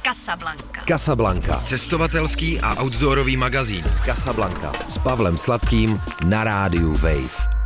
Casablanca. Cestovatelský a outdoorový magazín. Casablanca s Pavlem Sladkým na rádiu Wave.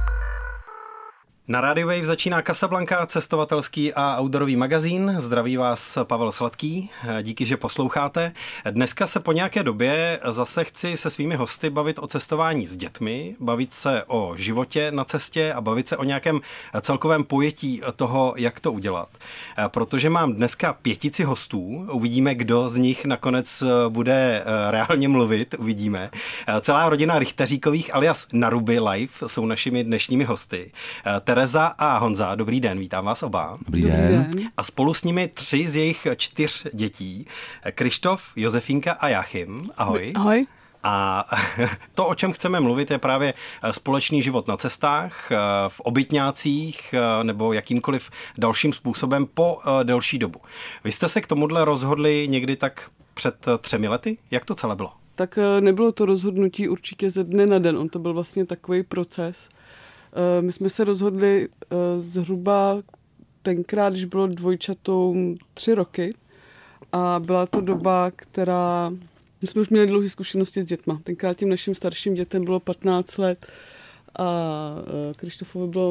Na rádiu Wave začíná Casablanca, cestovatelský a outdoorový magazín. Zdraví vás Pavel Sladký, díky, že posloucháte. Dneska se po nějaké době zase chci se svými hosty bavit o cestování s dětmi, bavit se o životě na cestě a bavit se o nějakém celkovém pojetí toho, jak to udělat. Protože mám dneska 5 hostů, uvidíme, kdo z nich nakonec bude reálně mluvit, uvidíme. Celá rodina Richteříkových alias Naruby Life jsou našimi dnešními hosty. Tereza a Honza, dobrý den, vítám vás oba. Dobrý den. A spolu s nimi 3 z jejich 4 dětí. Krištof, Josefínka a Jáchym. Ahoj. Ahoj. A to, o čem chceme mluvit, je právě společný život na cestách, v obytňácích nebo jakýmkoliv dalším způsobem po delší dobu. Vy jste se k tomuhle rozhodli někdy tak před 3 lety? Jak to celé bylo? Tak nebylo to rozhodnutí určitě ze dne na den, on to byl vlastně takový proces. My jsme se rozhodli zhruba tenkrát, když bylo dvojčatům 3 roky a byla to doba, která... My jsme už měli dlouhé zkušenosti s dětma. Tenkrát tím naším starším dětem bylo 15 let a Krištofovi bylo...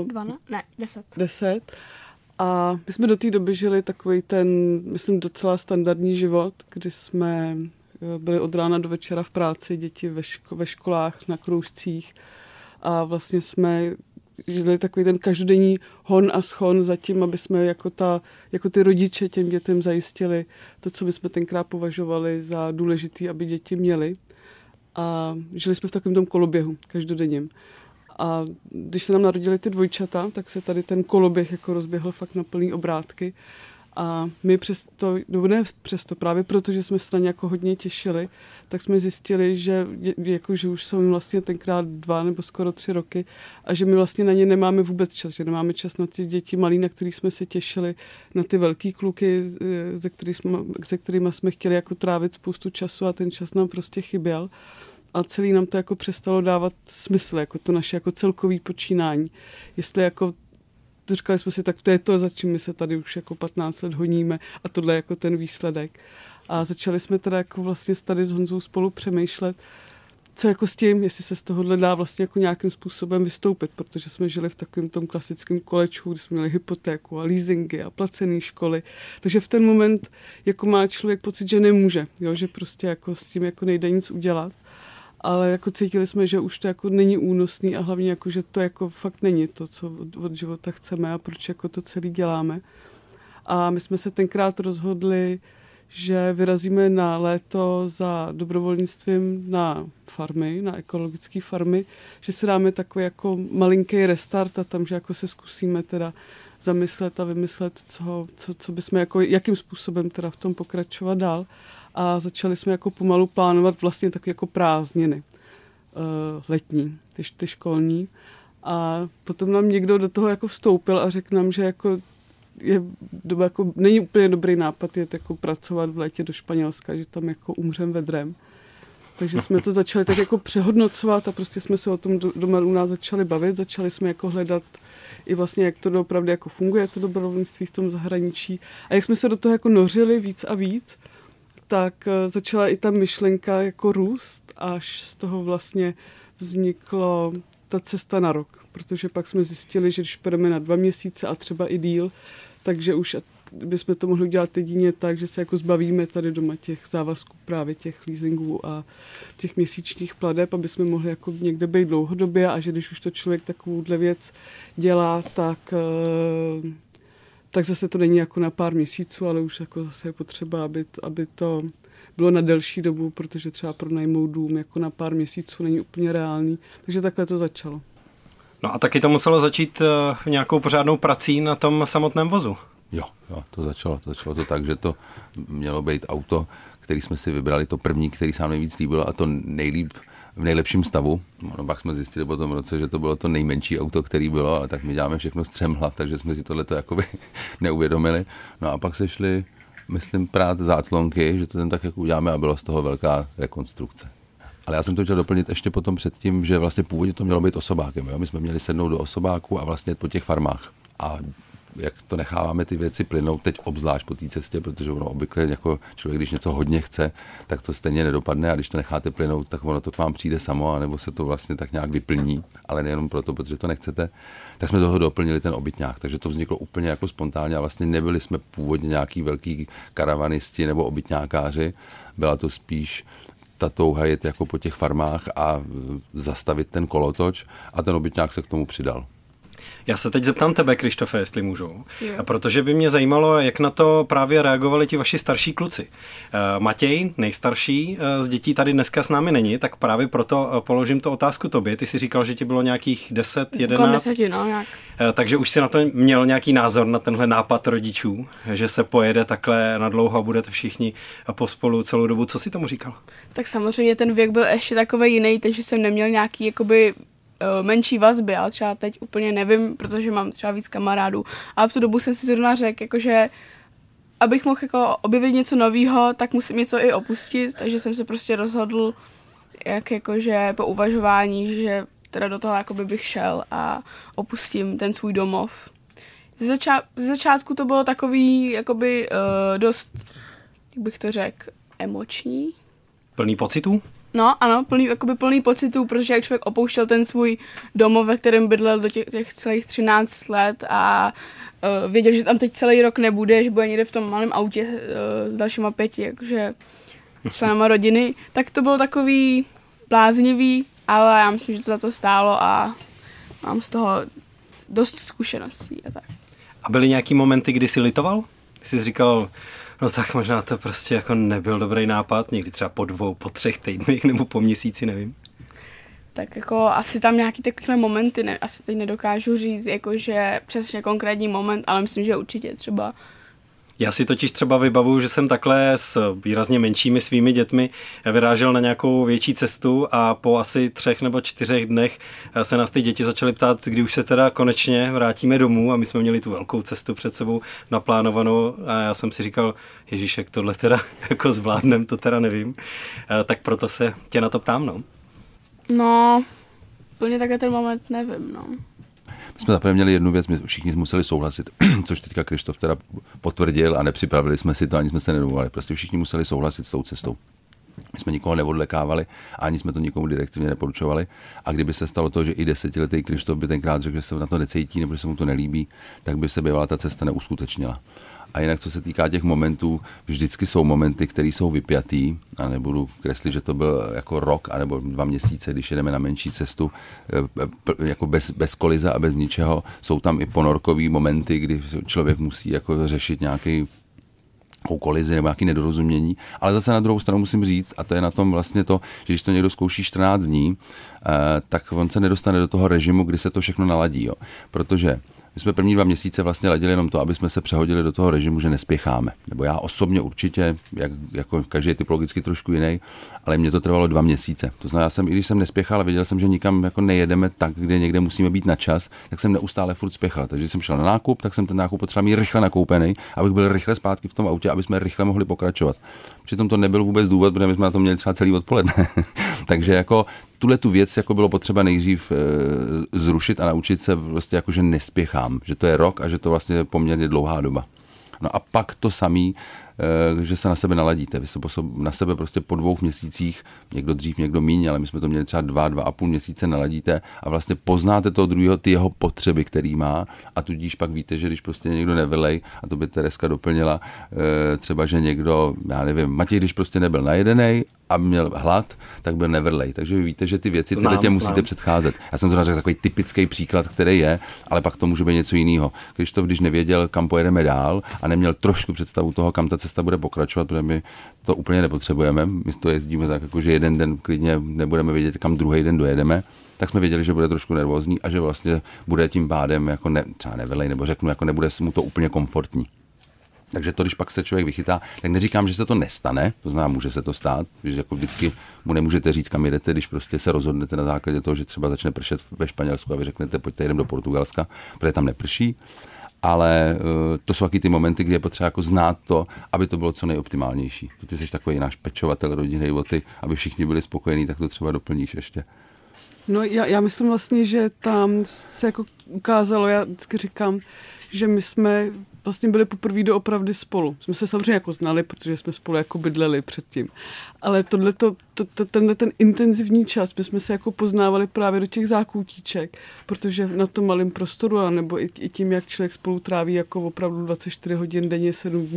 10. A my jsme do té doby žili takový ten, myslím, docela standardní život, kdy jsme byli od rána do večera v práci, děti ve školách, na kroužcích a vlastně jsme žili takový ten každodenní hon a schon za tím, aby jsme jako ty rodiče těm dětem zajistili to, co my jsme tenkrát považovali za důležitý, aby děti měly. A žili jsme v takovém tom koloběhu každodenním. A když se nám narodili ty dvojčata, tak se tady ten koloběh jako rozběhl fakt na plný obrátky. A my právě protože jsme se na ně jako hodně těšili, tak jsme zjistili, že už jsou jim vlastně tenkrát 2 nebo skoro 3 roky a že my vlastně na ně nemáme vůbec čas, že nemáme čas na ty děti malý, na který jsme se těšili, na ty velký kluky, se kterými jsme chtěli jako trávit spoustu času a ten čas nám prostě chyběl. A celý nám to jako přestalo dávat smysl, jako to naše jako celkový počínání. Jestli jako říkali jsme si, tak to je to, za čím my se tady už jako 15 let honíme a tohle je jako ten výsledek. A začali jsme teda jako vlastně tady s Honzou spolu přemýšlet, co jako s tím, jestli se z tohohle dá vlastně jako nějakým způsobem vystoupit, protože jsme žili v takovém tom klasickém kolečku, kdy jsme měli hypotéku a leasingy a placené školy. Takže v ten moment jako má člověk pocit, že nemůže, jo? Že prostě jako s tím jako nejde nic udělat. Ale jako cítili jsme, že už to jako není únosný a hlavně jako, že to jako fakt není to, co od života chceme a proč jako to celý děláme. A my jsme se tenkrát rozhodli, že vyrazíme na léto za dobrovolnictvím na farmy, na ekologické farmy, že si dáme takový jako malinký restart a tam, že jako se zkusíme teda zamyslet a vymyslet, co bychom jako, jakým způsobem teda v tom pokračovat dál. A začali jsme jako pomalu plánovat vlastně takové jako prázdniny letní, ty školní. A potom nám někdo do toho jako vstoupil a řekl nám, že jako není úplně dobrý nápad jet jako pracovat v létě do Španělska, že tam jako umřem vedrem. Takže jsme to začali tak jako přehodnocovat a prostě jsme se o tom doma u nás začali bavit, začali jsme jako hledat i vlastně, jak to opravdu jako funguje, to dobrovolnictví v tom zahraničí. A jak jsme se do toho jako nořili víc a víc, tak začala i ta myšlenka jako růst, až z toho vlastně vzniklo ta cesta na rok. Protože pak jsme zjistili, že když půjdeme na 2 měsíce a třeba i díl, takže už bychom to mohli udělat jedině tak, že se jako zbavíme tady doma těch závazků, právě těch leasingů a těch měsíčních plateb, aby jsme mohli jako někde být dlouhodobě a že když už to člověk takovouhle věc dělá, tak zase to není jako na pár měsíců, ale už jako zase je potřeba, aby to bylo na delší dobu, protože třeba pronajmout dům jako na pár měsíců není úplně reálný. Takže takhle to začalo. No a taky to muselo začít nějakou pořádnou prací na tom samotném vozu. Jo, to začalo to tak, že to mělo být auto, který jsme si vybrali, to první, který se nám nejvíc líbilo a to nejlíp v nejlepším stavu. No, pak jsme zjistili po tom roce, že to bylo to nejmenší auto, který bylo, a tak my děláme všechno z 3 hlav, takže jsme si tohleto jakoby neuvědomili. No a pak se šli, myslím, prát záclonky, že to ten tak jako uděláme a byla z toho velká rekonstrukce. Ale já jsem to chtěl doplnit ještě potom předtím, že vlastně původně to mělo být osobákem. Jo? My jsme měli sednout do osobáku a vlastně po těch farmách. A jak to necháváme ty věci plynout, teď obzvlášť po té cestě, protože ono obvykle jako člověk, když něco hodně chce, tak to stejně nedopadne a když to necháte plynout, tak ono to k vám přijde samo, anebo se to vlastně tak nějak vyplní, ale nejenom proto, protože to nechcete. Tak jsme toho doplnili ten obytňák, takže to vzniklo úplně jako spontánně a vlastně nebyli jsme původně nějaký velký karavanisti nebo obytňákáři, byla to spíš ta touha jet jako po těch farmách a zastavit ten kolotoč a ten obytňák se k tomu přidal. Já se teď zeptám tebe, Krištofe, jestli můžu. A protože by mě zajímalo, jak na to právě reagovali ti vaši starší kluci. Matěj, nejstarší z dětí, tady dneska s námi není, tak právě proto položím tu otázku tobě. Ty jsi říkal, že ti bylo nějakých 10, 11. 10, no, nějak. Takže už si na to měl nějaký názor na tenhle nápad rodičů, že se pojede takhle nadlouho a budete všichni pospolu celou dobu. Co jsi tomu říkal? Tak samozřejmě ten věk byl ještě takový jiný, takže jsem neměl nějaký jakoby menší vazby, ale třeba teď úplně nevím, protože mám třeba víc kamarádů. Ale v tu dobu jsem si zrovna řekl, jakože abych mohl jako objevit něco nového, tak musím něco i opustit, takže jsem se prostě rozhodl, jak jakože po uvažování, že teda do toho jakoby bych šel a opustím ten svůj domov. Ze začátku to bylo takový jakoby dost, jak bych to řekl, emoční. Plný pocitů? No, ano, plný pocitů, protože jak člověk opouštěl ten svůj domov, ve kterém bydlel do těch celých 13 let a věděl, že tam teď celý rok nebude, že bude někde v tom malém autě s dalšíma 5, jakože členama rodiny, tak to bylo takový bláznivý, ale já myslím, že to za to stálo a mám z toho dost zkušeností a tak. A byly nějaký momenty, kdy jsi litoval? Jsi říkal, no tak možná to prostě jako nebyl dobrý nápad, někdy třeba po 2, po 3 týdnech nebo po měsíci, nevím. Tak jako asi tam nějaký takovéhle momenty, asi teď nedokážu říct, jakože přesně konkrétní moment, ale myslím, že určitě třeba. Já si totiž třeba vybavuju, že jsem takhle s výrazně menšími svými dětmi vyrážel na nějakou větší cestu a po asi 3 nebo 4 dnech se nás ty děti začaly ptát, kdy už se teda konečně vrátíme domů a my jsme měli tu velkou cestu před sebou naplánovanou a já jsem si říkal, Ježíš, jak tohle teda jako zvládnem, to teda nevím. Tak proto se tě na to ptám, no. No, plně takhle ten moment nevím, no. My jsme zaprvé měli jednu věc, my všichni museli souhlasit, což teďka Krištof teda potvrdil a nepřipravili jsme si to, ani jsme se nedomluvili. Prostě všichni museli souhlasit s tou cestou. My jsme nikoho neodlekávali, ani jsme to nikomu direktivně neporučovali. A kdyby se stalo to, že i 10letý Krištof by tenkrát řekl, že se na to necítí nebo že se mu to nelíbí, tak by se bývala ta cesta neuskutečnila. A jinak, co se týká těch momentů, vždycky jsou momenty, které jsou vypjatý, a nebudu kreslit, že to byl jako rok anebo 2 měsíce, když jedeme na menší cestu, jako bez kolize a bez ničeho. Jsou tam i ponorkový momenty, kdy člověk musí jako řešit nějaký kolizi nebo nějaké nedorozumění, ale zase na druhou stranu musím říct, a to je na tom vlastně to, že když to někdo zkouší 14 dní, tak on se nedostane do toho režimu, kdy se to všechno naladí, jo. Protože my jsme první 2 měsíce vlastně ladili jenom to, aby jsme se přehodili do toho režimu, že nespěcháme. Nebo já osobně určitě, jako každý je typologicky trošku jiný, ale mě to trvalo 2 měsíce. To znamená, i když jsem nespěchal, věděl jsem, že nikam jako nejedeme tak, kde někde musíme být na čas, tak jsem neustále furt spěchal. Takže když jsem šel na nákup, tak jsem ten nákup potřeboval mít rychle nakoupený, abych byl rychle zpátky v tom autě, aby jsme rychle mohli pokračovat. Přitom to nebyl vůbec důvod, protože my jsme na to měli třeba celý odpoledne. Takže jako tu věc jako bylo potřeba nejdřív zrušit a naučit se prostě jako, že nespěchám, že to je rok a že to vlastně je poměrně dlouhá doba. No a pak to samý, že se na sebe naladíte. Vy se na sebe prostě po 2 měsících, někdo dřív, někdo míň, ale my jsme to měli třeba 2,5 měsíce naladíte a vlastně poznáte toho druhého, ty jeho potřeby, který má a tudíž pak víte, že když prostě někdo nevylej, a to by Tereska doplnila, třeba, že někdo, já nevím, Matěj, když prostě nebyl najedenej a měl hlad, tak byl nevrlej. Takže vy víte, že ty věci tě musíte předcházet. Já jsem to řekl takový typický příklad, který je, ale pak to může být něco jiného. Když nevěděl, kam pojedeme dál a neměl trošku představu toho, kam ta cesta bude pokračovat, protože my to úplně nepotřebujeme. My to jezdíme tak, jako, že jeden den klidně nebudeme vědět, kam druhý den dojedeme, tak jsme věděli, že bude trošku nervózní a že vlastně bude tím pádem jako třeba nevrlej, nebo řeknu, jako nebude mu to úplně komfortní. Takže to, když pak se člověk vychytá, tak neříkám, že se to nestane, to znamená, může se to stát, že jako vždycky mu nemůžete říct, kam jedete, když prostě se rozhodnete na základě toho, že třeba začne pršet ve Španělsku a vy řeknete, pojďte jedem do Portugalska, protože tam neprší. Ale to jsou taky ty momenty, kdy je potřeba jako znát to, aby to bylo co nejoptimálnější. Ty jsi takový náš pečovatel rodinnej o ty, aby všichni byli spokojení, tak to třeba doplníš ještě. No já myslím vlastně, že tam se jako ukázalo, já vždycky říkám, že my jsme vlastně byli poprvé doopravdy spolu. Jsme se samozřejmě jako znali, protože jsme spolu jako bydleli předtím. Ale tenhle ten intenzivní čas, my jsme se jako poznávali právě do těch zákoutíček, protože na tom malém prostoru, anebo i tím, jak člověk spolu tráví jako opravdu 24 hodin denně, 7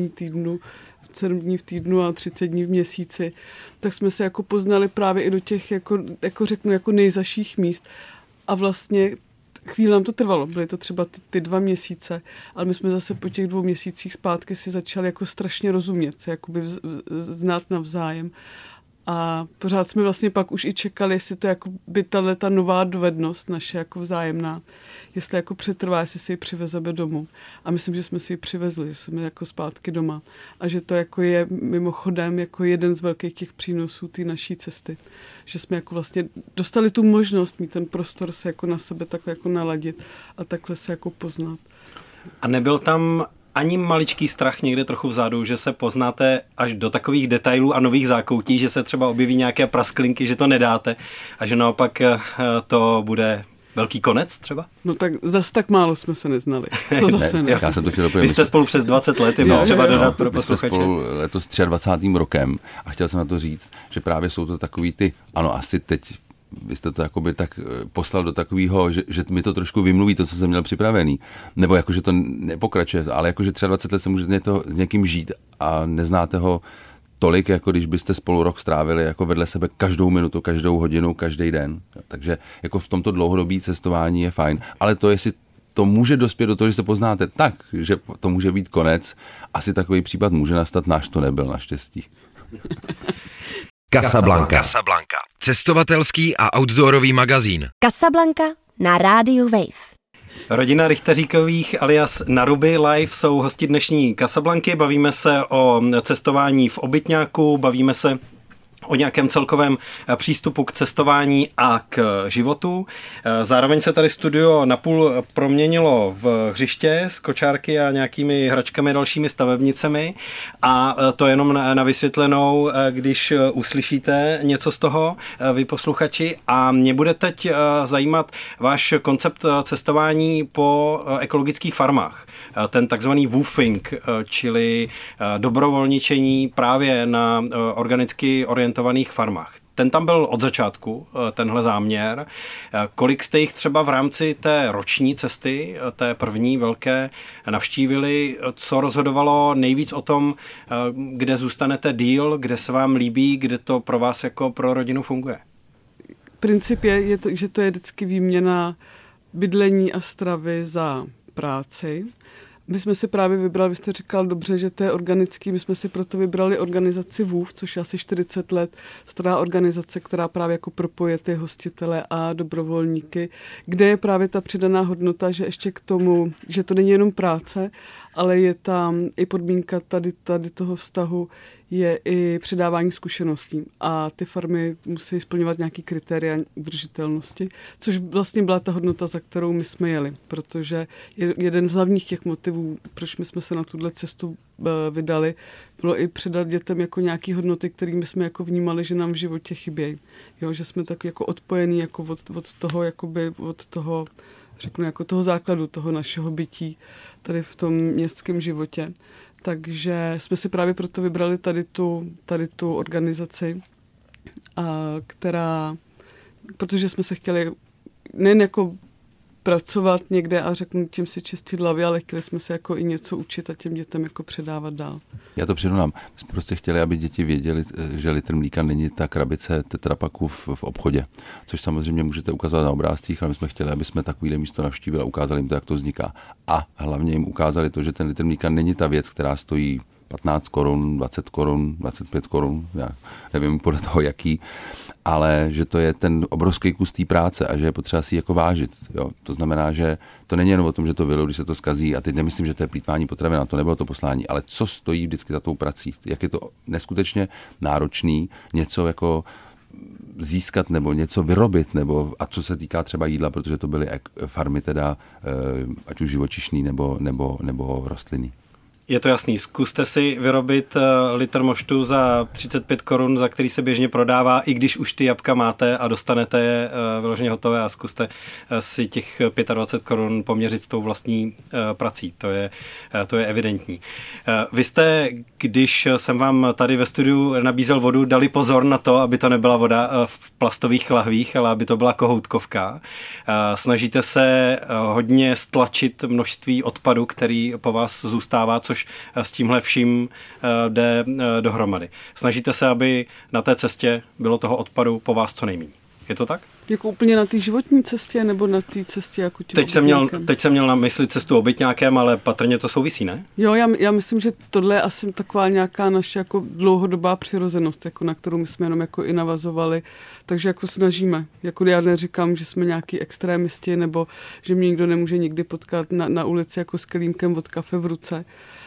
dní v týdnu a 30 dní v měsíci, tak jsme se jako poznali právě i do těch, jako řeknu, jako nejzaších míst. A vlastně chvíli nám to trvalo, byly to třeba ty 2 měsíce, ale my jsme zase po těch 2 měsících zpátky si začali jako strašně rozumět, se jakoby znát navzájem. A pořád jsme vlastně pak už i čekali, jestli to jako by ta nová dovednost naše jako vzájemná, jestli jako přetrvá, jestli si ji přivezeme domů. A myslím, že jsme si ji přivezli, že jsme jako zpátky doma. A že to jako je mimochodem jako jeden z velkých těch přínosů té naší cesty. Že jsme jako vlastně dostali tu možnost mít ten prostor se jako na sebe takhle jako naladit a takhle se jako poznat. A nebyl tam ani maličký strach někde trochu vzadu, že se poznáte až do takových detailů a nových zákoutí, že se třeba objeví nějaké prasklinky, že to nedáte a že naopak to bude velký konec třeba? No tak zas tak málo jsme se neznali. To zase ne. Já jsem to chtěl doplnit. Vy jste spolu přes 20 let, je třeba dodat pro posluchače. My jsme spolu letos 23. rokem a chtěl jsem na to říct, že právě jsou to takový ty, ano, asi teď vy jste to jakoby tak poslal do takového, že mi to trošku vymluví to, co jsem měl připravený. Nebo jako, že to nepokračuje, ale jako, že 23 let se můžete s někým žít a neznáte ho tolik, jako když byste spolu rok strávili jako vedle sebe každou minutu, každou hodinu, každý den. Takže jako v tomto dlouhodobí cestování je fajn. Ale to, jestli to může dospět do toho, že se poznáte tak, že to může být konec, asi takový případ může nastat, náš to nebyl naštěstí. Casablanca. Cestovatelský a outdoorový magazín. Casablanca na rádiu Wave. Rodina Richteříkových alias Naruby Live jsou hosti dnešní Casablanky. Bavíme se o cestování v obytňáku, bavíme se o nějakém celkovém přístupu k cestování a k životu. Zároveň se tady studio napůl proměnilo v hřiště s kočárky a nějakými hračkami dalšími stavebnicemi a to jenom na vysvětlenou, když uslyšíte něco z toho, vy posluchači. A mě bude teď zajímat váš koncept cestování po ekologických farmách. Ten takzvaný woofing, čili dobrovolničení právě na organicky orientovaných farmách. Ten tam byl od začátku, tenhle záměr. Kolik jste jich třeba v rámci té roční cesty, té první velké, navštívili? Co rozhodovalo nejvíc o tom, kde zůstanete díl, kde se vám líbí, kde to pro vás jako pro rodinu funguje? Princip je to, že to je vždycky výměna bydlení a stravy za práci. My jsme si právě vybrali, vy jste říkal dobře, že to je organický, my jsme si proto vybrali organizaci WOOF, což je asi 40 let stará organizace, která právě jako propoje ty hostitele a dobrovolníky, kde je právě ta přidaná hodnota, že ještě k tomu, že to není jenom práce, ale je tam i podmínka tady toho vztahu, je i předávání zkušeností a ty farmy musí splňovat nějaký kritéria udržitelnosti, což vlastně byla ta hodnota, za kterou my jsme jeli, protože jeden z hlavních těch motivů, proč my jsme se na tuhle cestu vydali, bylo i předat dětem jako nějaký hodnoty, kterými jsme jako vnímali, že nám v životě chybějí. Jo, že jsme tak jako odpojení jako od toho, jakoby, od toho, řeknu, jako toho základu, toho našeho bytí tady v tom městském životě. Takže jsme si právě proto vybrali tady tu organizaci, protože jsme se chtěli nejen jako pracovat někde a řeknu tím si čistit hlavy, ale chtěli jsme se jako i něco učit a těm dětem jako předávat dál. Já to přirovnám. My jsme prostě chtěli, aby děti věděli, že litr mlíka není ta krabice tetrapaků v obchodě, což samozřejmě můžete ukázat na obrázcích, ale my jsme chtěli, aby jsme takovýhle místo navštívili a ukázali jim to, jak to vzniká. A hlavně jim ukázali to, že ten litr mlíka není ta věc, která stojí 15 korun, 20 korun, 25 korun, já nevím podle toho jaký, ale že to je ten obrovský kus té práce a že je potřeba si jako vážit. Jo? To znamená, že to není jenom o tom, že to vylou, když se to zkazí a teď nemyslím, že to je plýtvání potravin, to nebylo to poslání, ale co stojí vždycky za tou prací, jak je to neskutečně náročný něco jako získat nebo něco vyrobit, nebo a co se týká třeba jídla, protože to byly farmy teda, ať už živočišný nebo rostlinný. Je to jasný. Zkuste si vyrobit litr moštu za 35 korun, za který se běžně prodává, i když už ty jabka máte a dostanete je vyloženě hotové, a zkuste si těch 25 korun poměřit s tou vlastní prací. To je evidentní. Vy jste, když jsem vám tady ve studiu nabízel vodu, dali pozor na to, aby to nebyla voda v plastových lahvích, ale aby to byla kohoutkovka. Snažíte se hodně stlačit množství odpadu, který po vás zůstává, což s tímhle vším jde dohromady. Snažíte se, aby na té cestě bylo toho odpadu po vás co nejméně. Je to tak? Jako úplně na té životní cestě nebo na té cestě jako tím Teď jsem měl na mysli cestu obytňákem, ale patrně to souvisí, ne? Jo, já myslím, že tohle je asi taková nějaká naše jako dlouhodobá přirozenost, jako na kterou my jsme jenom jako i navazovali, takže jako snažíme. Jako já neříkám, že jsme nějaký extrémisti nebo že mě nikdo nemůže nikdy potkat na ulici jako s kelímkem od kafe v ruce.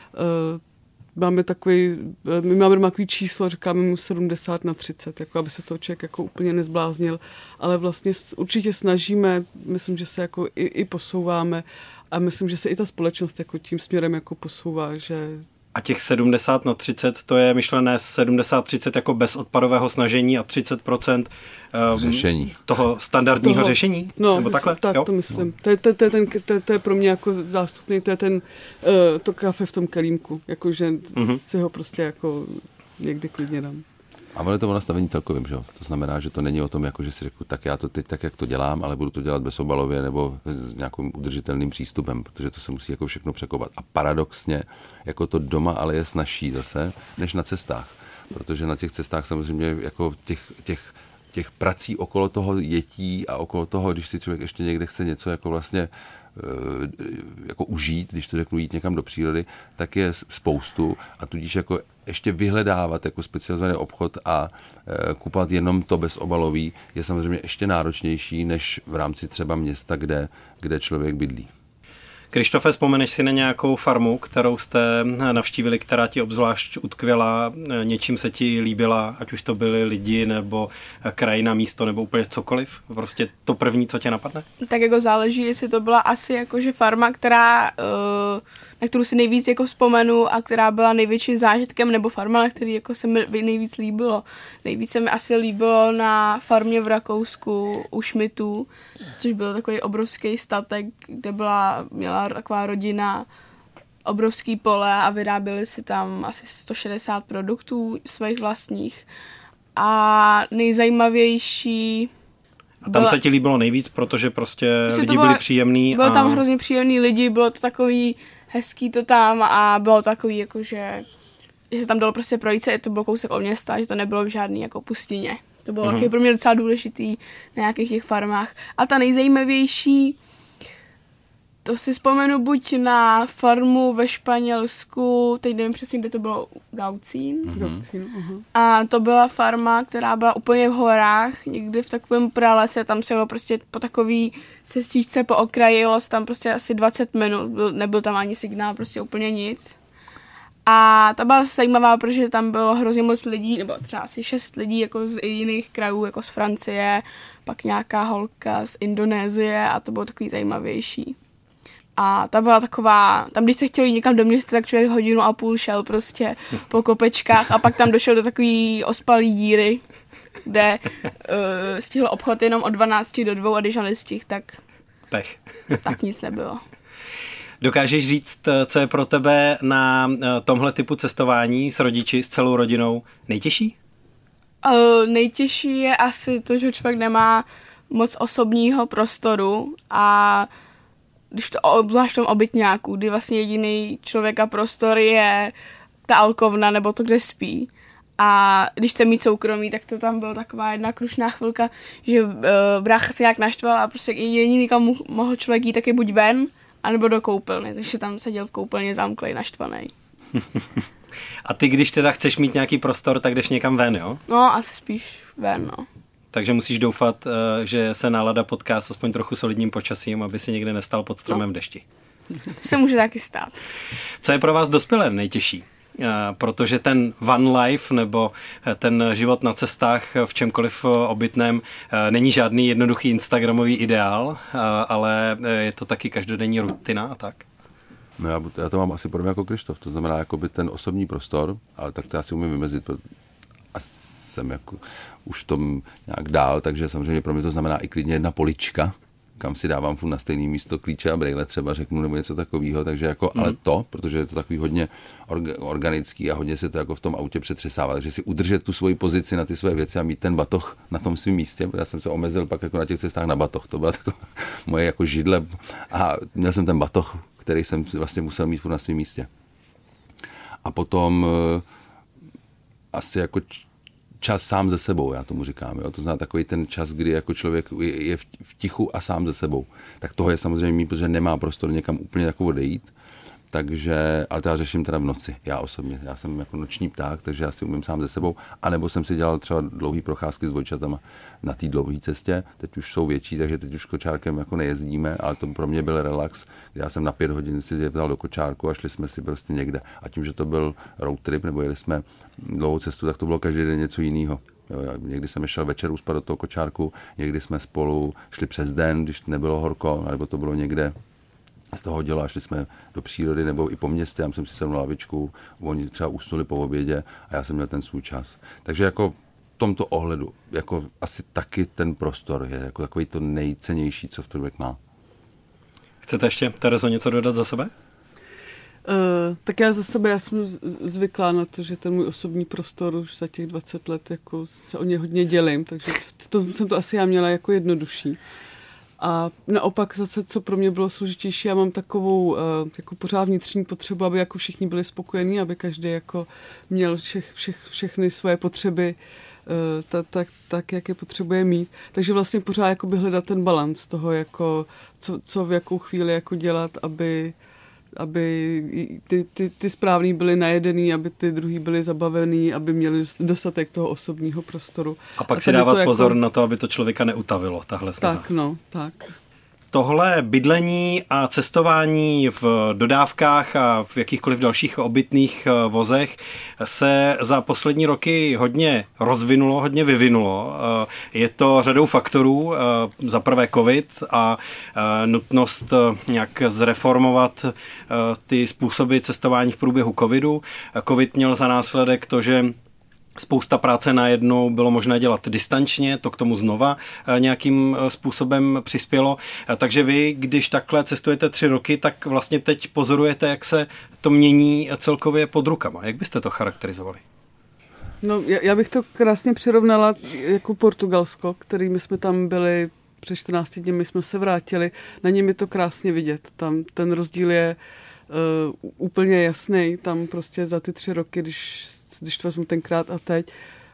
My máme takový číslo, říkáme mu 70/30, jako aby se toho člověk jako úplně nezbláznil, ale vlastně určitě snažíme, myslím, že se jako i posouváme a myslím, že se i ta společnost jako tím směrem jako posouvá, že... A těch 70/30, to je myšlené 70-30 jako bez odpadového snažení a 30% řešení. Toho standardního řešení? No, nebo takhle? Tak jo? to myslím. To je pro mě jako zástupný, to je to kafe v tom kelímku, jakože si ho prostě jako někdy klidně dám. A ono je to o nastavení celkovým, že jo? To znamená, že to není o tom, jako že si řeknu, tak já to teď tak, jak to dělám, ale budu to dělat bezobalově nebo s nějakým udržitelným přístupem, protože to se musí jako všechno překopat. A paradoxně, jako to doma ale je snazší zase, než na cestách. Protože na těch cestách samozřejmě jako těch prací okolo toho jetí a okolo toho, když si člověk ještě někde chce něco jako vlastně jako užít, když to řeknu jít někam do přírody, tak je spoustu a tudíž jako ještě vyhledávat jako specializovaný obchod a kupovat jenom to bezobalový je samozřejmě ještě náročnější než v rámci třeba města, kde člověk bydlí. Krištofe, vzpomeneš si na nějakou farmu, kterou jste navštívili, která ti obzvlášť utkvěla, něčím se ti líbila, ať už to byli lidi, nebo krajina, místo, nebo úplně cokoliv? Prostě to první, co tě napadne? Tak jako záleží, jestli to byla asi jakože farma, na kterou si nejvíc jako vzpomenu a která byla největším zážitkem, nebo farma, na který jako se mi nejvíc líbilo. Nejvíc se mi asi líbilo na farmě v Rakousku u Schmidtů, což byl takový obrovský statek, kde měla taková rodina obrovský pole a vyráběli si tam asi 160 produktů svých vlastních. A nejzajímavější... A tam se ti líbilo nejvíc, protože prostě lidi byli příjemní. Bylo tam hrozně příjemný lidi, bylo to takový hezký to tam a bylo to takový jakože, že se tam dalo prostě projít se, to bylo kousek od města, že to nebylo v žádný jako pustině. To bylo taky pro mě docela důležitý na nějakých těch farmách. A ta nejzajímavější, to si vzpomenu buď na farmu ve Španělsku, teď nevím přesně, kde to bylo, Gaucín. A to byla farma, která byla úplně v horách, někde v takovém pralese, tam se jelo prostě po takový cestičce po okraji, jelo tam prostě asi 20 minut, nebyl tam ani signál, prostě úplně nic. A ta byla zajímavá, protože tam bylo hrozně moc lidí, nebo třeba asi 6 lidí jako z jiných krajů, jako z Francie, pak nějaká holka z Indonésie a to bylo takový zajímavější. A ta byla taková, tam když se chtěl jít někam do města, tak člověk 1,5 hodiny šel prostě po kopečkách a pak tam došel do takový ospalý díry, kde stihl obchod jenom od 12 do 2 a když ho nestihl, tak nic nebylo. Dokážeš říct, co je pro tebe na tomhle typu cestování s rodiči, s celou rodinou nejtěžší? Nejtěžší je asi to, že člověk nemá moc osobního prostoru a když to obzvlášť v tom obytňáku, kdy vlastně jediný člověk a prostor je ta alkovna nebo to, kde spí. A když chce mít soukromí, tak to tam byla taková jedna krušná chvilka, že brácha se nějak naštval a prostě jediný, kam mohl člověk jít, tak je buď ven, anebo do koupelny. Takže tam seděl v koupelně zamklej, naštvaný. A ty, když teda chceš mít nějaký prostor, tak jdeš někam ven, jo? No, asi spíš ven, no. Takže musíš doufat, že se nálada potká s aspoň trochu solidním počasím, aby si někde nestal pod stromem v dešti. To se může taky stát. Co je pro vás dospělé nejtěžší? Protože ten van life nebo ten život na cestách v čemkoliv obytném není žádný jednoduchý instagramový ideál, ale je to taky každodenní rutina a tak? No já to mám asi podobně jako Krištof, to znamená jakoby ten osobní prostor, ale tak to já si umím vymezit a jsem jako už v tom nějak dál, takže samozřejmě pro mě to znamená i klidně jedna polička, kam si dávám furt na stejné místo klíče a brejle třeba řeknu nebo něco takového, takže jako, ale to, protože je to takový hodně organický a hodně se to jako v tom autě přetřesává, takže si udržet tu svoji pozici na ty své věci a mít ten batoh na tom svém místě, protože já jsem se omezil pak jako na těch cestách na batoh, to byla taková moje jako židle a měl jsem ten batoh, který jsem vlastně musel mít furt na svém místě. A potom asi jako čas sám ze sebou, já tomu říkám. Jo? To znamená takový ten čas, kdy jako člověk je v tichu a sám ze sebou. Tak toho je samozřejmě mít, protože nemá prostor někam úplně jako odejít. Takže, ale to já řeším teda v noci, já osobně. Já jsem jako noční pták, takže já si umím sám ze sebou. A nebo jsem si dělal třeba dlouhý procházky s dvojčatama na té dlouhé cestě. Teď už jsou větší, takže teď už kočárkem jako nejezdíme, ale to pro mě byl relax. Já jsem na 5 hodin si vzal do kočárku a šli jsme si prostě někde. A tím, že to byl road trip, nebo jeli jsme dlouhou cestu, tak to bylo každý den něco jiného. Někdy jsem šel večer uspat do toho kočárku, někdy jsme spolu šli přes den, když nebylo horko, nebo to bylo někde z toho děla, šli jsme do přírody nebo i po městě, já jsem si sedl na lavičku, oni třeba usnuli po obědě a já jsem měl ten svůj čas. Takže jako v tomto ohledu, jako asi taky ten prostor je jako takový to nejcennější, co v člověk má. Chcete ještě, Terezo, něco dodat za sebe? Tak já za sebe, já jsem zvyklá na to, že ten můj osobní prostor už za těch 20 let jako se o ně hodně dělím, takže jsem to asi já měla jako jednodušší. A naopak zase, co pro mě bylo složitější, já mám takovou jako pořád vnitřní potřebu, aby jako všichni byli spokojení, aby každý jako měl všechny svoje potřeby tak, jak je potřebuje mít. Takže vlastně pořád jakoby hledat ten balans toho, jako, co v jakou chvíli jako dělat, aby ty správný byly najedený, aby ty druhý byly zabavený, aby měli dostatek toho osobního prostoru. A pak si dávat pozor jako na to, aby to člověka neutavilo, tahle snaha. Tak, no, tak. Tohle bydlení a cestování v dodávkách a v jakýchkoliv dalších obytných vozech se za poslední roky hodně rozvinulo, hodně vyvinulo. Je to řadou faktorů, za prvé covid a nutnost nějak zreformovat ty způsoby cestování v průběhu covidu. Covid měl za následek to, že spousta práce najednou bylo možné dělat distančně, to k tomu znova nějakým způsobem přispělo. Takže vy, když takhle cestujete 3 roky, tak vlastně teď pozorujete, jak se to mění celkově pod rukama. Jak byste to charakterizovali? No, já bych to krásně přirovnala jako Portugalsko, který my jsme tam byli před 14 dny, my jsme se vrátili. Na něm je to krásně vidět. Tam ten rozdíl je úplně jasný. Tam prostě za ty 3 roky, když to vezmu tenkrát a teď,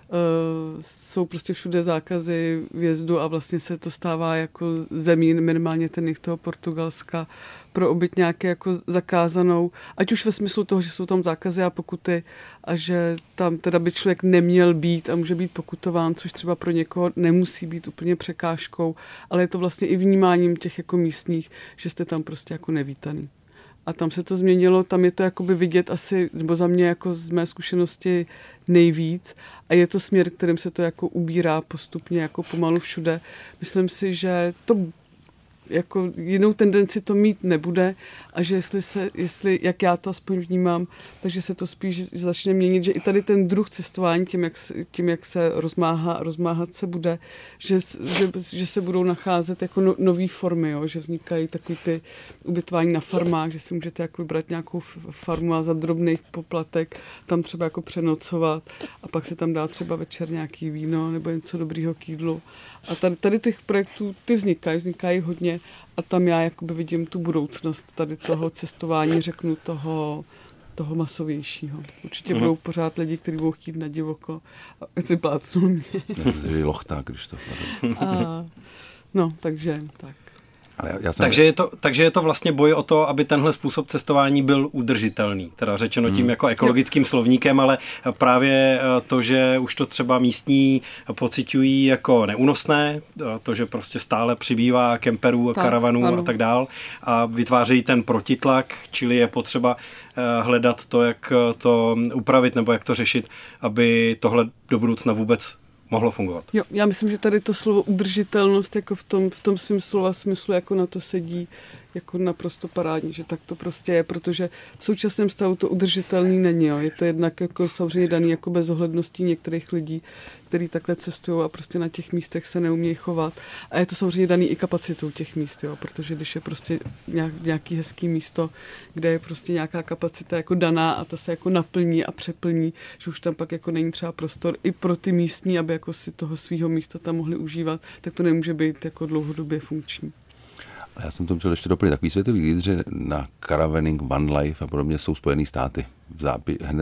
jsou prostě všude zákazy vjezdu a vlastně se to stává jako zemí, minimálně ten jich toho Portugalska, pro obyt nějaké jako zakázanou, ať už ve smyslu toho, že jsou tam zákazy a pokuty a že tam teda by člověk neměl být a může být pokutován, což třeba pro někoho nemusí být úplně překážkou, ale je to vlastně i vnímáním těch jako místních, že jste tam prostě jako nevítaný. A tam se to změnilo, tam je to jakoby vidět asi, nebo za mě jako z mé zkušenosti nejvíc a je to směr, kterým se to jako ubírá postupně jako pomalu všude. Myslím si, že to jako jinou tendenci to mít nebude a že jestli jak já to aspoň vnímám, takže se to spíš začne měnit, že i tady ten druh cestování, tím jak se rozmáhat se bude, že se budou nacházet jako nové formy, jo? Že vznikají takový ty ubytování na farmách, že si můžete jako vybrat nějakou farmu a za drobný poplatek tam třeba jako přenocovat a pak se tam dá třeba večer nějaký víno nebo něco dobrýho k jídlu. A tady těch projektů, ty vznikají hodně a tam já jakoby vidím tu budoucnost tady toho cestování, řeknu toho masovějšího. Určitě budou pořád lidi, kteří budou chtít na divoko a si plátnou mě. Je lochták, když to no, takže tak. Takže je to vlastně boj o to, aby tenhle způsob cestování byl udržitelný. Teda řečeno tím jako ekologickým slovníkem, ale právě to, že už to třeba místní pociťují jako neúnosné, to, že prostě stále přibývá kemperů, karavanů a tak dál a vytvářejí ten protitlak, čili je potřeba hledat to, jak to upravit nebo jak to řešit, aby tohle do budoucna vůbec mohlo fungovat. Jo, já myslím, že tady to slovo udržitelnost jako v tom svým slova smyslu jako na to sedí jako naprosto parádní, že tak to prostě je, protože v současném stavu to udržitelný není. Jo. Je to jednak jako samozřejmě daný jako bezohledností některých lidí, kteří takhle cestují a prostě na těch místech se neumějí chovat. A je to samozřejmě daný i kapacitou těch míst, jo, protože když je prostě nějaký hezký místo, kde je prostě nějaká kapacita jako daná a ta se jako naplní a přeplní, že už tam pak jako není třeba prostor i pro ty místní, aby jako si toho svého místa tam mohli užívat, tak to nemůže být jako dlouhodobě funkční. Já jsem to chtěl ještě doplnit. Takový světový lídři na Caravaning, One Life a podobně jsou Spojený státy. Hned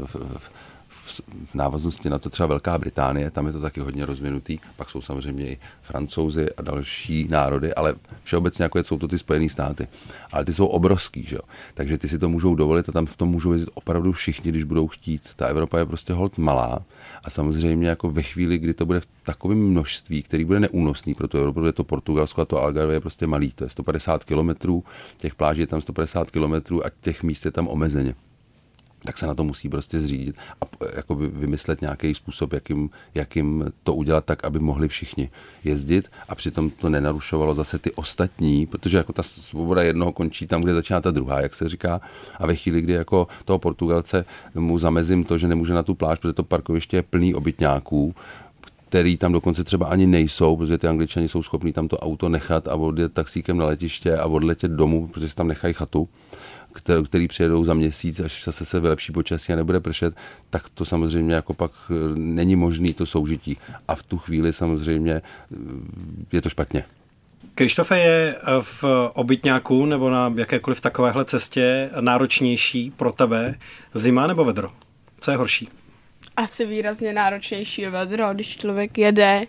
v návaznosti na to třeba Velká Británie, tam je to taky hodně rozvinutý, pak jsou samozřejmě i Francouzi a další národy, ale všeobecně jako jsou to ty Spojený státy. Ale ty jsou obrovský, že jo? Takže ty si to můžou dovolit a tam v tom můžou jezdit opravdu všichni, když budou chtít. Ta Evropa je prostě holt malá a samozřejmě jako ve chvíli, kdy to bude v takovém množství, který bude neúnosný pro tu Evropu, protože to Portugalsko a to Algarve je prostě malý, to je 150 kilometrů, těch pláží je tam 150 kilometrů a těch míst je tam omezeně. Tak se na to musí prostě zřídit a jako vymyslet nějaký způsob, jakým to udělat tak, aby mohli všichni jezdit a přitom to nenarušovalo zase ty ostatní, protože jako ta svoboda jednoho končí tam, kde začíná ta druhá, jak se říká. A ve chvíli, kdy jako toho Portugalce mu zamezím to, že nemůže na tu pláž, protože to parkoviště je plný obytňáků, který tam dokonce třeba ani nejsou, protože ty Angličani jsou schopní tam to auto nechat a odjet taxíkem na letiště a odletět domů, protože si tam nechají chatu, který přijedou za měsíc, až zase se vylepší počasí a nebude pršet, tak to samozřejmě jako pak není možný to soužití. A v tu chvíli samozřejmě je to špatně. Krištofe, je v obytňáku nebo na jakékoliv takovéhle cestě náročnější pro tebe zima nebo vedro? Co je horší? Asi výrazně náročnější je vedro, když člověk jede,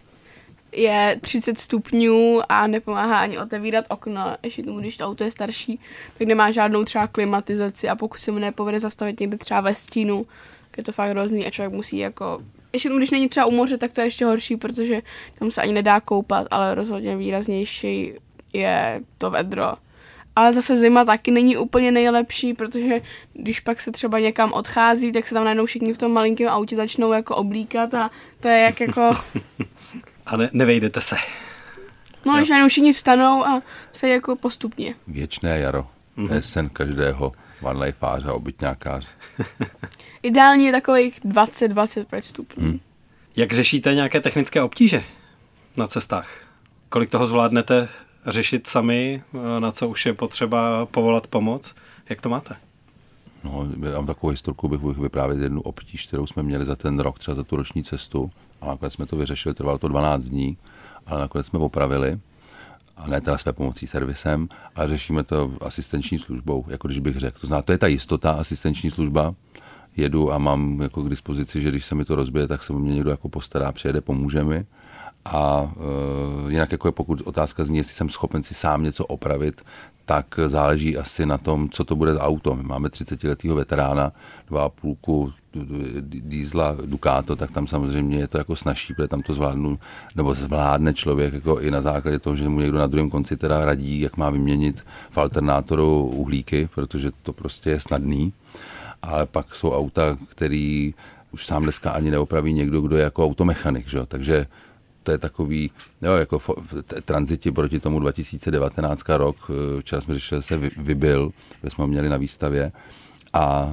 je 30 stupňů a nepomáhá ani otevírat okno, ještě tomu, když to auto je starší, tak nemá žádnou třeba klimatizaci a pokud se mu nepovede zastavit někde třeba ve stínu, tak je to fakt hrozný a člověk musí jako, ještě tomu, když není třeba u moře, tak to je ještě horší, protože tam se ani nedá koupat, ale rozhodně výraznější je to vedro. Ale zase zima taky není úplně nejlepší, protože když pak se třeba někam odchází, tak se tam najednou všichni v tom malinkém autě začnou jako oblíkat a to je jak jako... A nevejdete se. No, když najednou všichni vstanou a se jako postupně. Věčné jaro. To je sen každého vanlejfáře a obytňákáře. Ideální je takových 20-25 stupňů. Jak řešíte nějaké technické obtíže na cestách? Kolik toho zvládnete řešit sami, na co už je potřeba povolat pomoc? Jak to máte? No, já mám takovou historku, bych vyprávět jednu obtíž, kterou jsme měli za ten rok, třeba za tu roční cestu. A nakonec jsme to vyřešili, trvalo to 12 dní, ale nakonec jsme opravili. A ne teda své pomocí servisem, ale řešíme to asistenční službou, jako když bych řekl. To znamená, to je ta jistota, asistenční služba. Jedu a mám jako k dispozici, že když se mi to rozbije, tak se o mě někdo jako postará, přijede, pomůže mi. A jinak jako je, pokud otázka zní, jestli jsem schopen si sám něco opravit, tak záleží asi na tom, co to bude za auto. My máme 30letého veterána, 2,5 diesla Ducato, tak tam samozřejmě je to jako snazší, protože tam to zvládne člověk jako i na základě toho, že mu někdo na druhém konci teda radí, jak má vyměnit v alternátoru uhlíky, protože to prostě je snadný. Ale pak jsou auta, který už sám dneska ani neopraví někdo, kdo je jako automechanik, že? Takže to je takový, jo, jako v tranzitě proti tomu 2019 rok, včera jsme řešili, se Vybil, kde jsme ho měli na výstavě a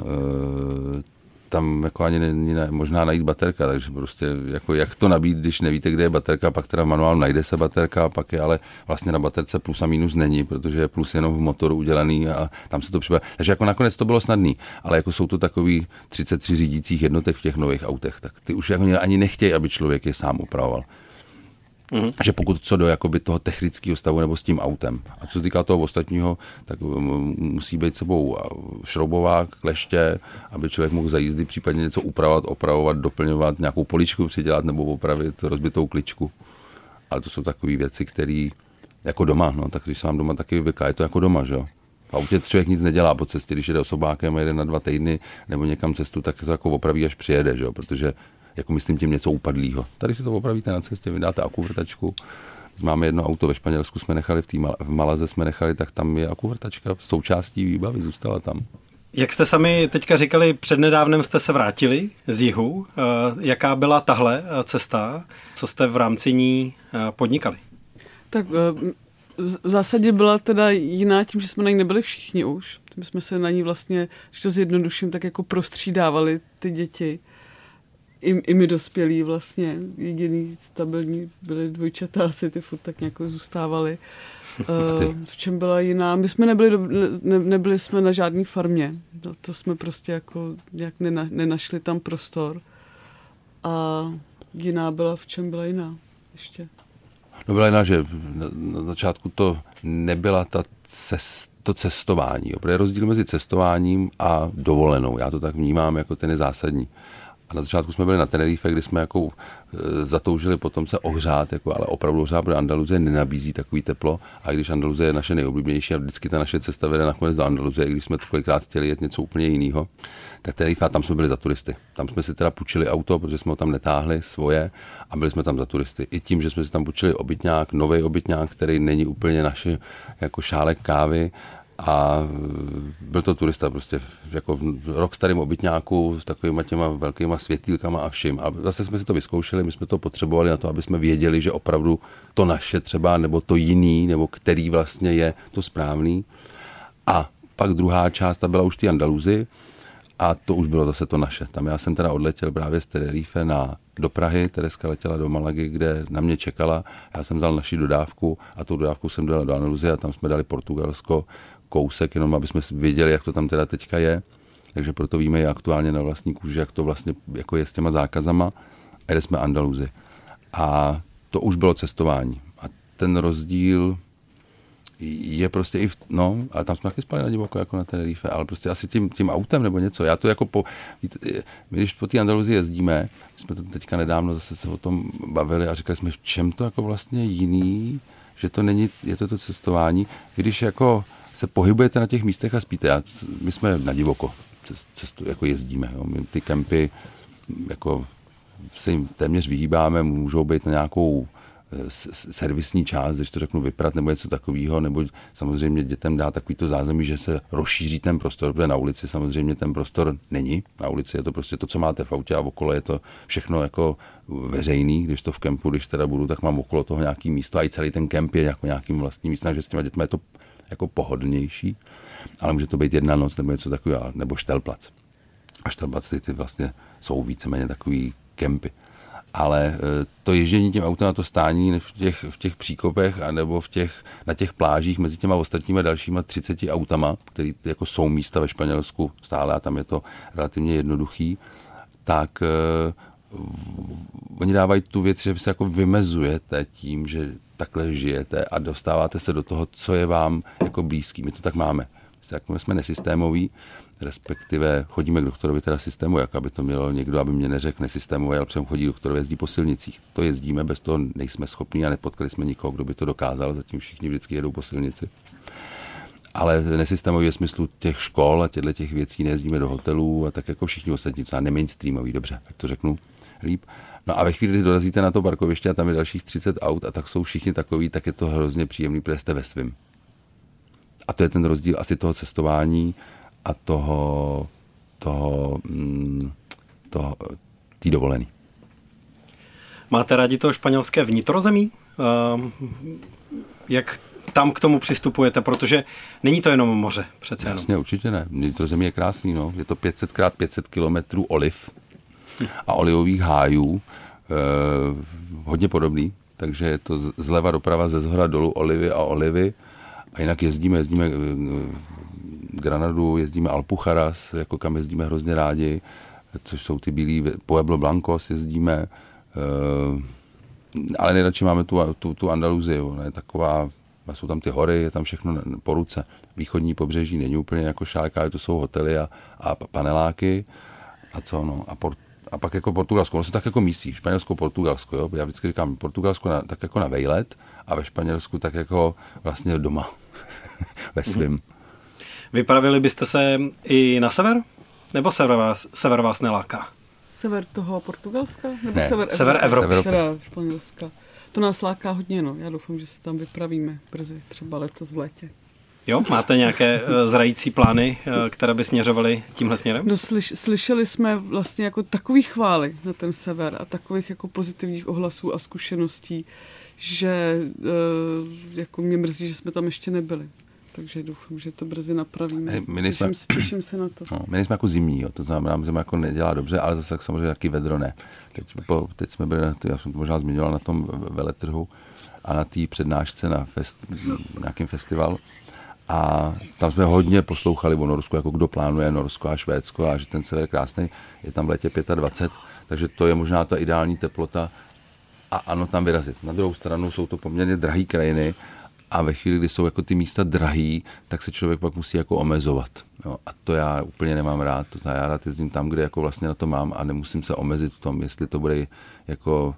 tam jako ani není možná najít baterka, takže prostě jako jak to nabít, když nevíte, kde je baterka, pak teda v manuálu najde se baterka, pak je ale vlastně na baterce plus a minus není, protože je plus jenom v motoru udělaný a tam se to připadá. Takže jako nakonec to bylo snadný, ale jako jsou to takový 33 řídících jednotek v těch nových autech, tak ty už jako ani nechtějí, aby člověk je sám opravoval. Že pokud co do jakoby toho technického stavu nebo s tím autem. A co se týká toho ostatního, tak musí být sebou šroubovák, kleště, aby člověk mohl za jízdy případně něco upravovat, opravovat, doplňovat, nějakou poličku přidělat nebo opravit rozbitou kličku. Ale to jsou takové věci, které jako doma, no, tak když se vám doma taky vyká, je to jako doma, že jo. V autě člověk nic nedělá po cestě, když jede osobákem a jede na 2 týdny nebo někam cestu, tak to jako opraví, až přijede, že jo, protože jako myslím tím něco upadlýho. Tady si to opravíte na cestě, vydáte akuvrtačku. Máme jedno auto ve Španělsku, jsme nechali v Malaze jsme nechali, tak tam je akuvrtačka v součástí výbavy, zůstala tam. Jak jste sami teďka říkali, přednedávnem jste se vrátili z jihu. Jaká byla tahle cesta? Co jste v rámci ní podnikali? Tak v zásadě byla teda jiná tím, že jsme na ní nebyli všichni už. My jsme se na ní vlastně, když to zjednoduším, tak jako prostřídávali ty děti. I my dospělí vlastně. Jediný stabilní byly dvojčata, asi ty furt tak nějak zůstávali. V čem byla jiná? My jsme nebyli jsme na žádný farmě. To jsme prostě jako nějak nenašli tam prostor. A jiná byla, v čem byla jiná ještě? No byla jiná, že na začátku to nebyla to cestování. Jo. Protože je rozdíl mezi cestováním a dovolenou. Já to tak vnímám, jako ten je zásadní. A na začátku jsme byli na Tenerife, kdy jsme jako zatoužili potom se ohřát, jako, ale opravdu ohřát, protože Andaluzie nenabízí takový teplo. A když Andaluzie je naše nejoblíbenější a vždycky ta naše cesta vede nakonec do Andaluzie, když jsme kolikrát chtěli jet něco úplně jiného, tak Tenerife, tam jsme byli za turisty. Tam jsme si teda půjčili auto, protože jsme ho tam netáhli svoje a byli jsme tam za turisty. I tím, že jsme si tam půjčili obytňák, nový obytňák, který není úplně naše jako šálek kávy, a byl to turista prostě jako v rok starým obytňáku s takovýma těma velkýma světýlkama a vším. A zase jsme si to vyzkoušeli, my jsme to potřebovali na to, aby jsme věděli, že opravdu to naše třeba, nebo to jiný, nebo který vlastně je to správný. A pak druhá část, ta byla už ty Andaluzy a to už bylo zase to naše. Tam já jsem teda odletěl právě z Tenerife do Prahy, Tereska letěla do Malagy, kde na mě čekala. Já jsem vzal naši dodávku a tou dodávku jsem dal do Andaluzie a tam jsme dali Portugalsko kousek, jenom aby jsme věděli, jak to tam teda teďka je. Takže proto víme i aktuálně na vlastní kůži, jak to vlastně jako je s těma zákazama. A jeli jsme Andaluzi. A to už bylo cestování. A ten rozdíl je prostě ale tam jsme taky spali na divoko, jako na Tenerife, ale prostě asi tím autem nebo něco. Já to jako my když po té Andaluzii jezdíme, jsme to teďka nedávno zase se o tom bavili a říkali jsme, v čem to jako vlastně jiný, že to není, je to cestování, když jako se pohybujete na těch místech a spíte. My jsme na divoko, jako jezdíme. Jo. My ty kempy jako se jim téměř vyhýbáme, můžou být na nějakou servisní část, když to řeknu vyprat nebo něco takového, nebo samozřejmě dětem dá takovýto zázemí, že se rozšíří ten prostor, protože na ulici samozřejmě ten prostor není. Na ulici je to prostě to, co máte v autě a okolo je to všechno jako veřejný, když to v kempu, když teda budu, tak mám okolo toho nějaký místo a i celý ten kemp je jako nějakým vlastním místem, že s těma dětmi je to jako pohodlnější, ale může to být jedna noc nebo něco takového, nebo štelplac. A štelplac ty vlastně jsou víceméně takový kempy. Ale to ježdění tím autem a to stání v těch příkopech anebo na těch plážích mezi těma ostatníma dalšíma 30 autama, které jako jsou místa ve Španělsku stále a tam je to relativně jednoduchý, tak oni dávají tu věc, že vy se jako vymezujete tím, že takhle žijete a dostáváte se do toho, co je vám jako blízký. My to tak máme. My jsme nesystémoví, respektive chodíme k doktorovi teda systému, jak aby to mělo někdo, aby mě neřekl nesystémové, ale přem chodí doktorovi, jezdí po silnicích. To jezdíme, bez toho nejsme schopní a nepotkali jsme nikoho, kdo by to dokázal, zatím všichni vždycky jedou po silnici. Ale nesystémový je smyslu těch škol a těch věcí, nejezdíme do hotelů a tak jako všichni ostatní, to nemmainstreamový, dobře, tak to řeknu líp. No a ve chvíli, kdy dorazíte na to parkoviště a tam je dalších 30 aut a tak jsou všichni takový, tak je to hrozně příjemný, protože jste ve svým. A to je ten rozdíl asi toho cestování a tý dovolený. Máte rádi to španělské vnitrozemí? Jak tam k tomu přistupujete? Protože není to jenom moře, přece jenom. Jasně, určitě ne. Vnitrozemí je krásný, no. Je to 500x500 kilometrů oliv a olivových hájů. Hodně podobný. Takže je to zleva doprava, ze zhora dolů olivy a olivy. A jinak jezdíme Granadu, jezdíme Alpujarras, jako kam jezdíme hrozně rádi, což jsou ty bílí, Pueblo Blancos jezdíme, ale nejradši máme tu Andaluzii, je taková, jsou tam ty hory, je tam všechno po ruce. Východní pobřeží není úplně jako šálka, to jsou hotely a paneláky a co, no, a pak jako Portugalsko, ono se tak jako mísí, Španělsko, Portugalsko, jo, já vždycky říkám Portugalsko tak jako na vejlet a ve Španělsku tak jako vlastně doma ve svým. Vypravili byste se i na sever? Nebo sever vás neláká? Sever toho Portugalska? Nebo ne, sever Evropy. Španělska. To nás láká hodně, no. Já doufám, že se tam vypravíme brzy, třeba letos v létě. Jo, máte nějaké zrající plány, které by směřovaly tímhle směrem? No, slyšeli jsme vlastně jako takový chvály na ten sever a takových jako pozitivních ohlasů a zkušeností, že jako mě mrzí, že jsme tam ještě nebyli. Takže doufám, že to brzy napravíme. Těším se na to. No, my nejsme jako zimní, jo, to znamená, zima jako nedělá dobře, ale zase samozřejmě taky vedro ne. Teď jsme byli, já jsem to možná zmiňoval na tom veletrhu a na té přednášce na nějakém festivalu. A tam jsme hodně poslouchali o Norsku, jako kdo plánuje Norsko a Švédsko a že ten sever je krásný, je tam v létě 25, takže to je možná ta ideální teplota a ano, tam vyrazit. Na druhou stranu jsou to poměrně drahé krajiny a ve chvíli, kdy jsou jako ty místa drahý, tak se člověk pak musí jako omezovat. Jo? A to já úplně nemám rád, to znamená, já rád jezdím tam, kde jako vlastně na to mám a nemusím se omezit v tom, jestli to bude jako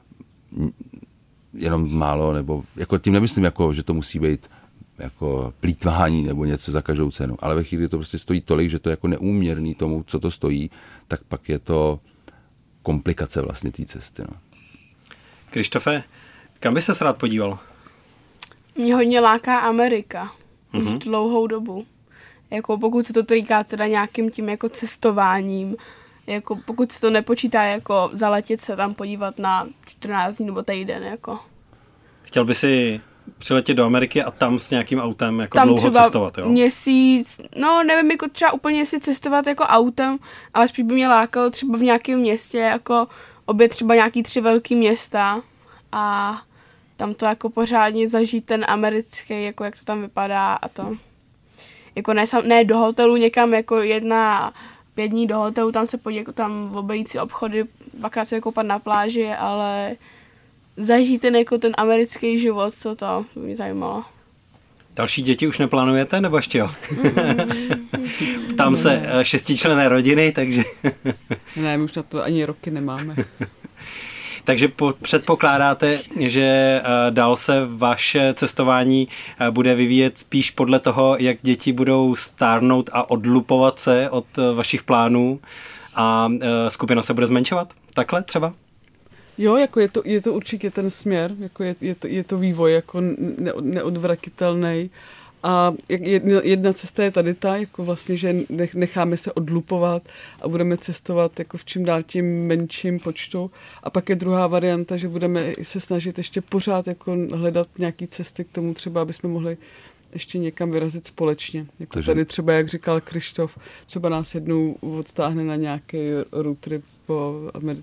jenom málo, nebo jako tím nemyslím, jako, že to musí být jako plýtvání nebo něco za každou cenu. Ale ve chvíli, kdy to prostě stojí tolik, že to je jako neúměrný tomu, co to stojí, tak pak je to komplikace vlastně té cesty. No. Krištofe, kam by ses rád podíval? Mě hodně láká Amerika. Už dlouhou dobu. Jako pokud se to týká teda nějakým tím jako cestováním, jako pokud se to nepočítá jako zaletět se tam podívat na 14 dní nebo týden. Jako. Chtěl by si přiletět do Ameriky a tam s nějakým autem jako tam dlouho cestovat, jo? Měsíc, no nevím, jako třeba úplně si cestovat jako autem, ale spíš by mě lákalo třeba v nějakém městě, jako obě třeba nějaký 3 velký města a tam to jako pořádně zažít ten americký, jako jak to tam vypadá a to. Jako ne do hotelu někam, jako 5 dní do hotelu, tam se podívat, jako tam obejít si obchody, 2krát se koupat na pláži, ale zažít ten americký život, co to mě zajímalo. Další děti už neplánujete, nebo ještě jo? Ptám se 6členné rodiny, takže... Ne, my už na to ani roky nemáme. Takže předpokládáte, že dál se vaše cestování bude vyvíjet spíš podle toho, jak děti budou stárnout a odlupovat se od vašich plánů a skupina se bude zmenšovat? Takhle třeba? Jo, jako je to určitě ten směr, jako je to vývoj jako neodvratitelný. A jedna cesta je tady ta, jako vlastně, že necháme se odlupovat a budeme cestovat jako v čím dál tím menším počtu. A pak je druhá varianta, že budeme se snažit ještě pořád jako hledat nějaký cesty k tomu třeba, aby jsme mohli ještě někam vyrazit společně. Jako tady třeba, jak říkal Krištof, třeba nás jednou odtáhne na nějaký road trip po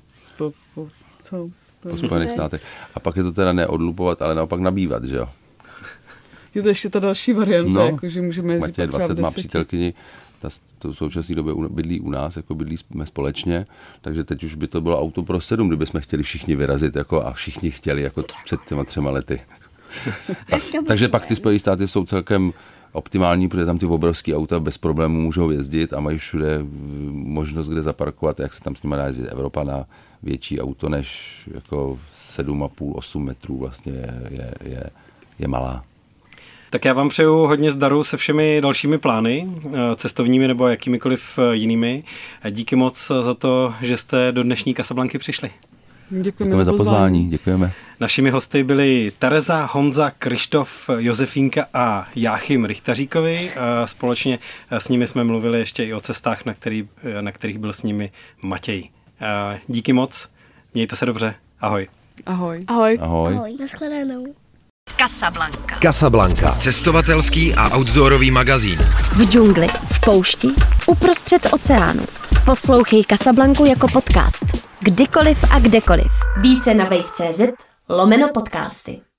Spojených státech. A pak je to teda neodlupovat, ale naopak nabývat, že jo? Je to ještě ta další varianta, jako, že můžeme jezdit třeba 20 má přítelkyni, ta v současné době bydlí u nás, jako bydlíme společně, takže teď už by to bylo auto pro 7, kdyby jsme chtěli všichni vyrazit jako, a všichni chtěli jako před těma 3 lety. Takže pak ty Spojené státy jsou celkem optimální, protože tam ty obrovský auta bez problémů můžou jezdit a mají všude možnost, kde zaparkovat, jak se tam s nimi dá jezdit. Evropa na větší auto než jako 7,5-8 metrů vlastně je malá. Tak já vám přeju hodně zdaru se všemi dalšími plány, cestovními nebo jakýmikoliv jinými. Díky moc za to, že jste do dnešní Casablanky přišli. Děkujeme za pozvání. Děkujeme. Našimi hosty byli Tereza, Honza, Krištof, Josefínka a Jáchym Richtaříkovi. Společně s nimi jsme mluvili ještě i o cestách, na kterých byl s nimi Matěj. Díky moc, mějte se dobře, ahoj. Ahoj. Ahoj. Ahoj. Ahoj, nashledanou. Casablanca. Cestovatelský a outdoorový magazín. V džungli, v poušti, uprostřed oceánu. Poslouchej Casablanku jako podcast. Kdykoliv a kdekoliv. Více na wave.cz/podcasty.